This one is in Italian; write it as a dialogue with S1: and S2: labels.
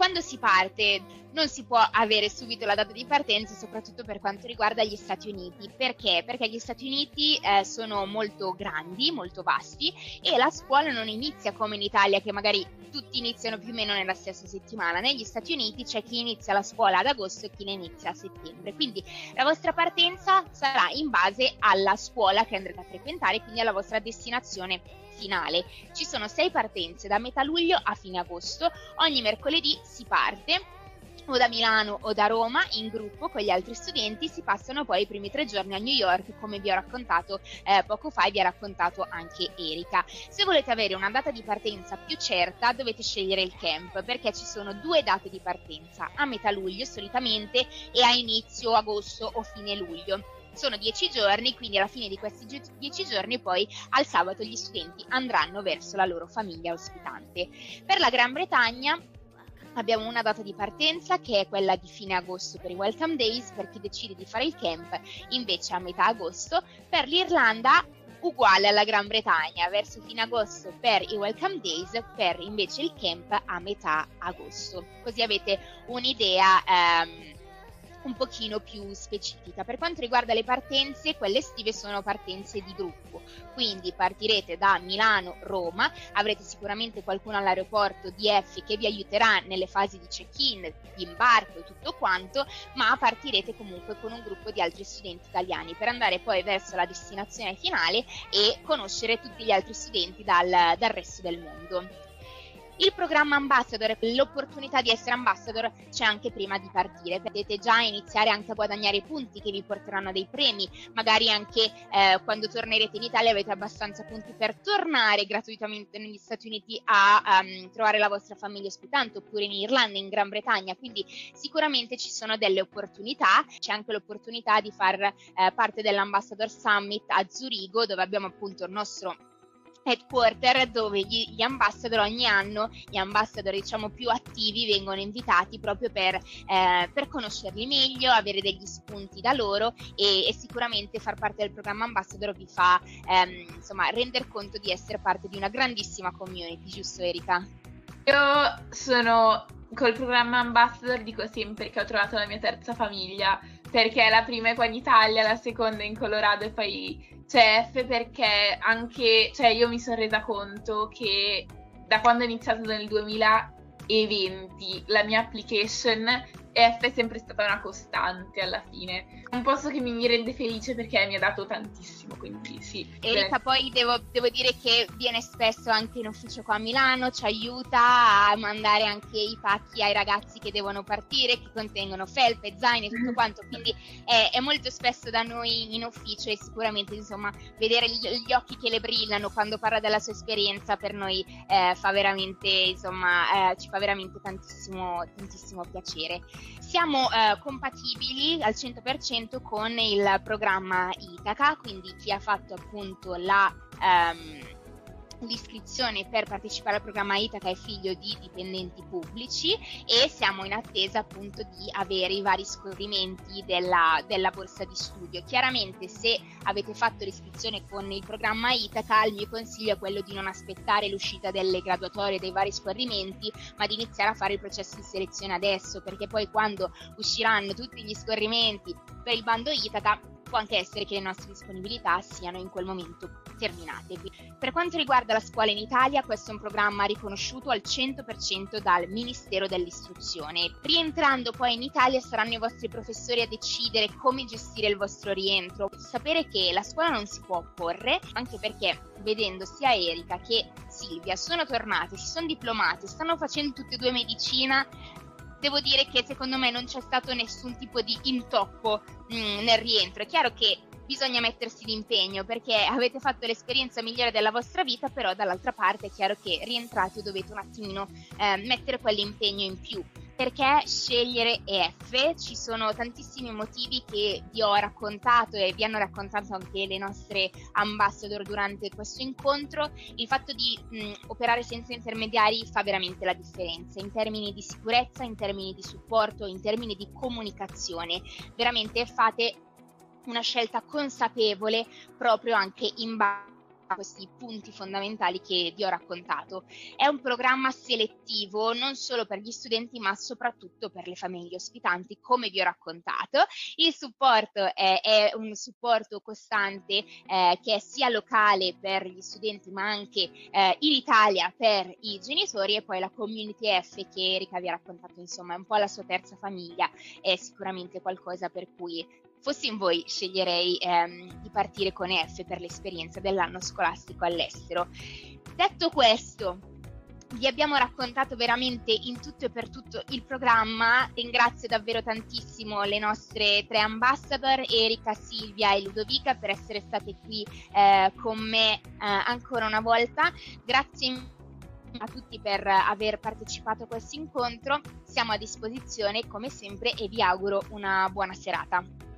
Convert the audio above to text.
S1: Quando si parte non si può avere subito la data di partenza, soprattutto per quanto riguarda gli Stati Uniti. Perché? Perché gli Stati Uniti sono molto grandi, molto vasti, e la scuola non inizia come in Italia, che magari tutti iniziano più o meno nella stessa settimana. Negli Stati Uniti c'è chi inizia la scuola ad agosto e chi ne inizia a settembre. Quindi la vostra partenza sarà in base alla scuola che andrete a frequentare, quindi alla vostra destinazione finale. Ci sono 6 partenze da metà luglio a fine agosto. Ogni mercoledì si parte o da Milano o da Roma in gruppo con gli altri studenti, si passano poi i primi 3 giorni a New York, come vi ho raccontato poco fa e vi ha raccontato anche Erika. Se volete avere una data di partenza più certa dovete scegliere il camp, perché ci sono 2 date di partenza, a metà luglio solitamente e a inizio agosto o fine luglio. Sono 10 giorni, quindi alla fine di questi 10 giorni poi al sabato gli studenti andranno verso la loro famiglia ospitante. Per la Gran Bretagna abbiamo una data di partenza che è quella di fine agosto per i Welcome Days, per chi decide di fare il camp, invece a metà agosto. Per l'Irlanda uguale alla Gran Bretagna, verso fine agosto per i Welcome Days, per invece il camp a metà agosto. Così avete un'idea un pochino più specifica. Per quanto riguarda le partenze, quelle estive sono partenze di gruppo, quindi partirete da Milano-Roma, avrete sicuramente qualcuno all'aeroporto DF che vi aiuterà nelle fasi di check-in, di imbarco e tutto quanto, ma partirete comunque con un gruppo di altri studenti italiani per andare poi verso la destinazione finale e conoscere tutti gli altri studenti dal resto del mondo. Il programma Ambassador, l'opportunità di essere Ambassador c'è anche prima di partire, potete già iniziare anche a guadagnare i punti che vi porteranno a dei premi, magari anche quando tornerete in Italia avete abbastanza punti per tornare gratuitamente negli Stati Uniti a trovare la vostra famiglia ospitante, oppure in Irlanda, in Gran Bretagna, quindi sicuramente ci sono delle opportunità. C'è anche l'opportunità di far parte dell'Ambassador Summit a Zurigo, dove abbiamo appunto il nostro headquarter, dove gli ambassador ogni anno, gli ambassador diciamo più attivi, vengono invitati proprio per conoscerli meglio, avere degli spunti da loro e sicuramente far parte del programma ambassador vi fa insomma render conto di essere parte di una grandissima community, giusto Erika?
S2: Io sono col programma ambassador, dico sempre che ho trovato la mia terza famiglia, perché la prima è qua in Italia, la seconda è in Colorado e poi CF, perché anche, cioè io mi sono resa conto che da quando ho iniziato nel 2020 la mia application EF è sempre stata una costante alla fine. Un posto che mi rende felice perché mi ha dato tantissimo, quindi sì.
S1: Erika poi devo dire che viene spesso anche in ufficio qua a Milano, ci aiuta a mandare anche i pacchi ai ragazzi che devono partire, che contengono felpe, zaini e tutto quanto, quindi è molto spesso da noi in ufficio e sicuramente insomma vedere gli occhi che le brillano quando parla della sua esperienza per noi fa veramente insomma ci fa veramente tantissimo piacere. Siamo compatibili al 100% con il programma Itaca, quindi chi ha fatto appunto l'iscrizione per partecipare al programma Itaca è figlio di dipendenti pubblici e siamo in attesa appunto di avere i vari scorrimenti della borsa di studio. Chiaramente se avete fatto l'iscrizione con il programma Itaca, il mio consiglio è quello di non aspettare l'uscita delle graduatorie dei vari scorrimenti, ma di iniziare a fare il processo di selezione adesso, perché poi quando usciranno tutti gli scorrimenti per il bando Itaca può anche essere che le nostre disponibilità siano in quel momento terminate. Per quanto riguarda la scuola in Italia, questo è un programma riconosciuto al 100% dal Ministero dell'Istruzione. Rientrando poi in Italia saranno i vostri professori a decidere come gestire il vostro rientro. Sapere che la scuola non si può opporre, anche perché vedendo sia Erika che Silvia sono tornate, si sono diplomate, stanno facendo tutte e due medicina, devo dire che secondo me non c'è stato nessun tipo di intoppo nel rientro. È chiaro che bisogna mettersi d'impegno perché avete fatto l'esperienza migliore della vostra vita, però dall'altra parte è chiaro che rientrate dovete un attimino mettere quell'impegno in più. Perché scegliere EF? Ci sono tantissimi motivi che vi ho raccontato e vi hanno raccontato anche le nostre ambassador durante questo incontro. Il fatto di operare senza intermediari fa veramente la differenza in termini di sicurezza, in termini di supporto, in termini di comunicazione. Veramente fate una scelta consapevole proprio anche in base questi punti fondamentali che vi ho raccontato. È un programma selettivo non solo per gli studenti ma soprattutto per le famiglie ospitanti, come vi ho raccontato. Il supporto è un supporto costante che è sia locale per gli studenti ma anche in Italia per i genitori, e poi la Community F che Erika vi ha raccontato, insomma è un po' la sua terza famiglia, è sicuramente qualcosa per cui, fossi in voi, sceglierei di partire con F per l'esperienza dell'anno scolastico all'estero. Detto questo, vi abbiamo raccontato veramente in tutto e per tutto il programma. Ringrazio davvero tantissimo le nostre 3 ambassador, Erika, Silvia e Ludovica, per essere state qui con me ancora una volta. Grazie a tutti per aver partecipato a questo incontro. Siamo a disposizione come sempre e vi auguro una buona serata.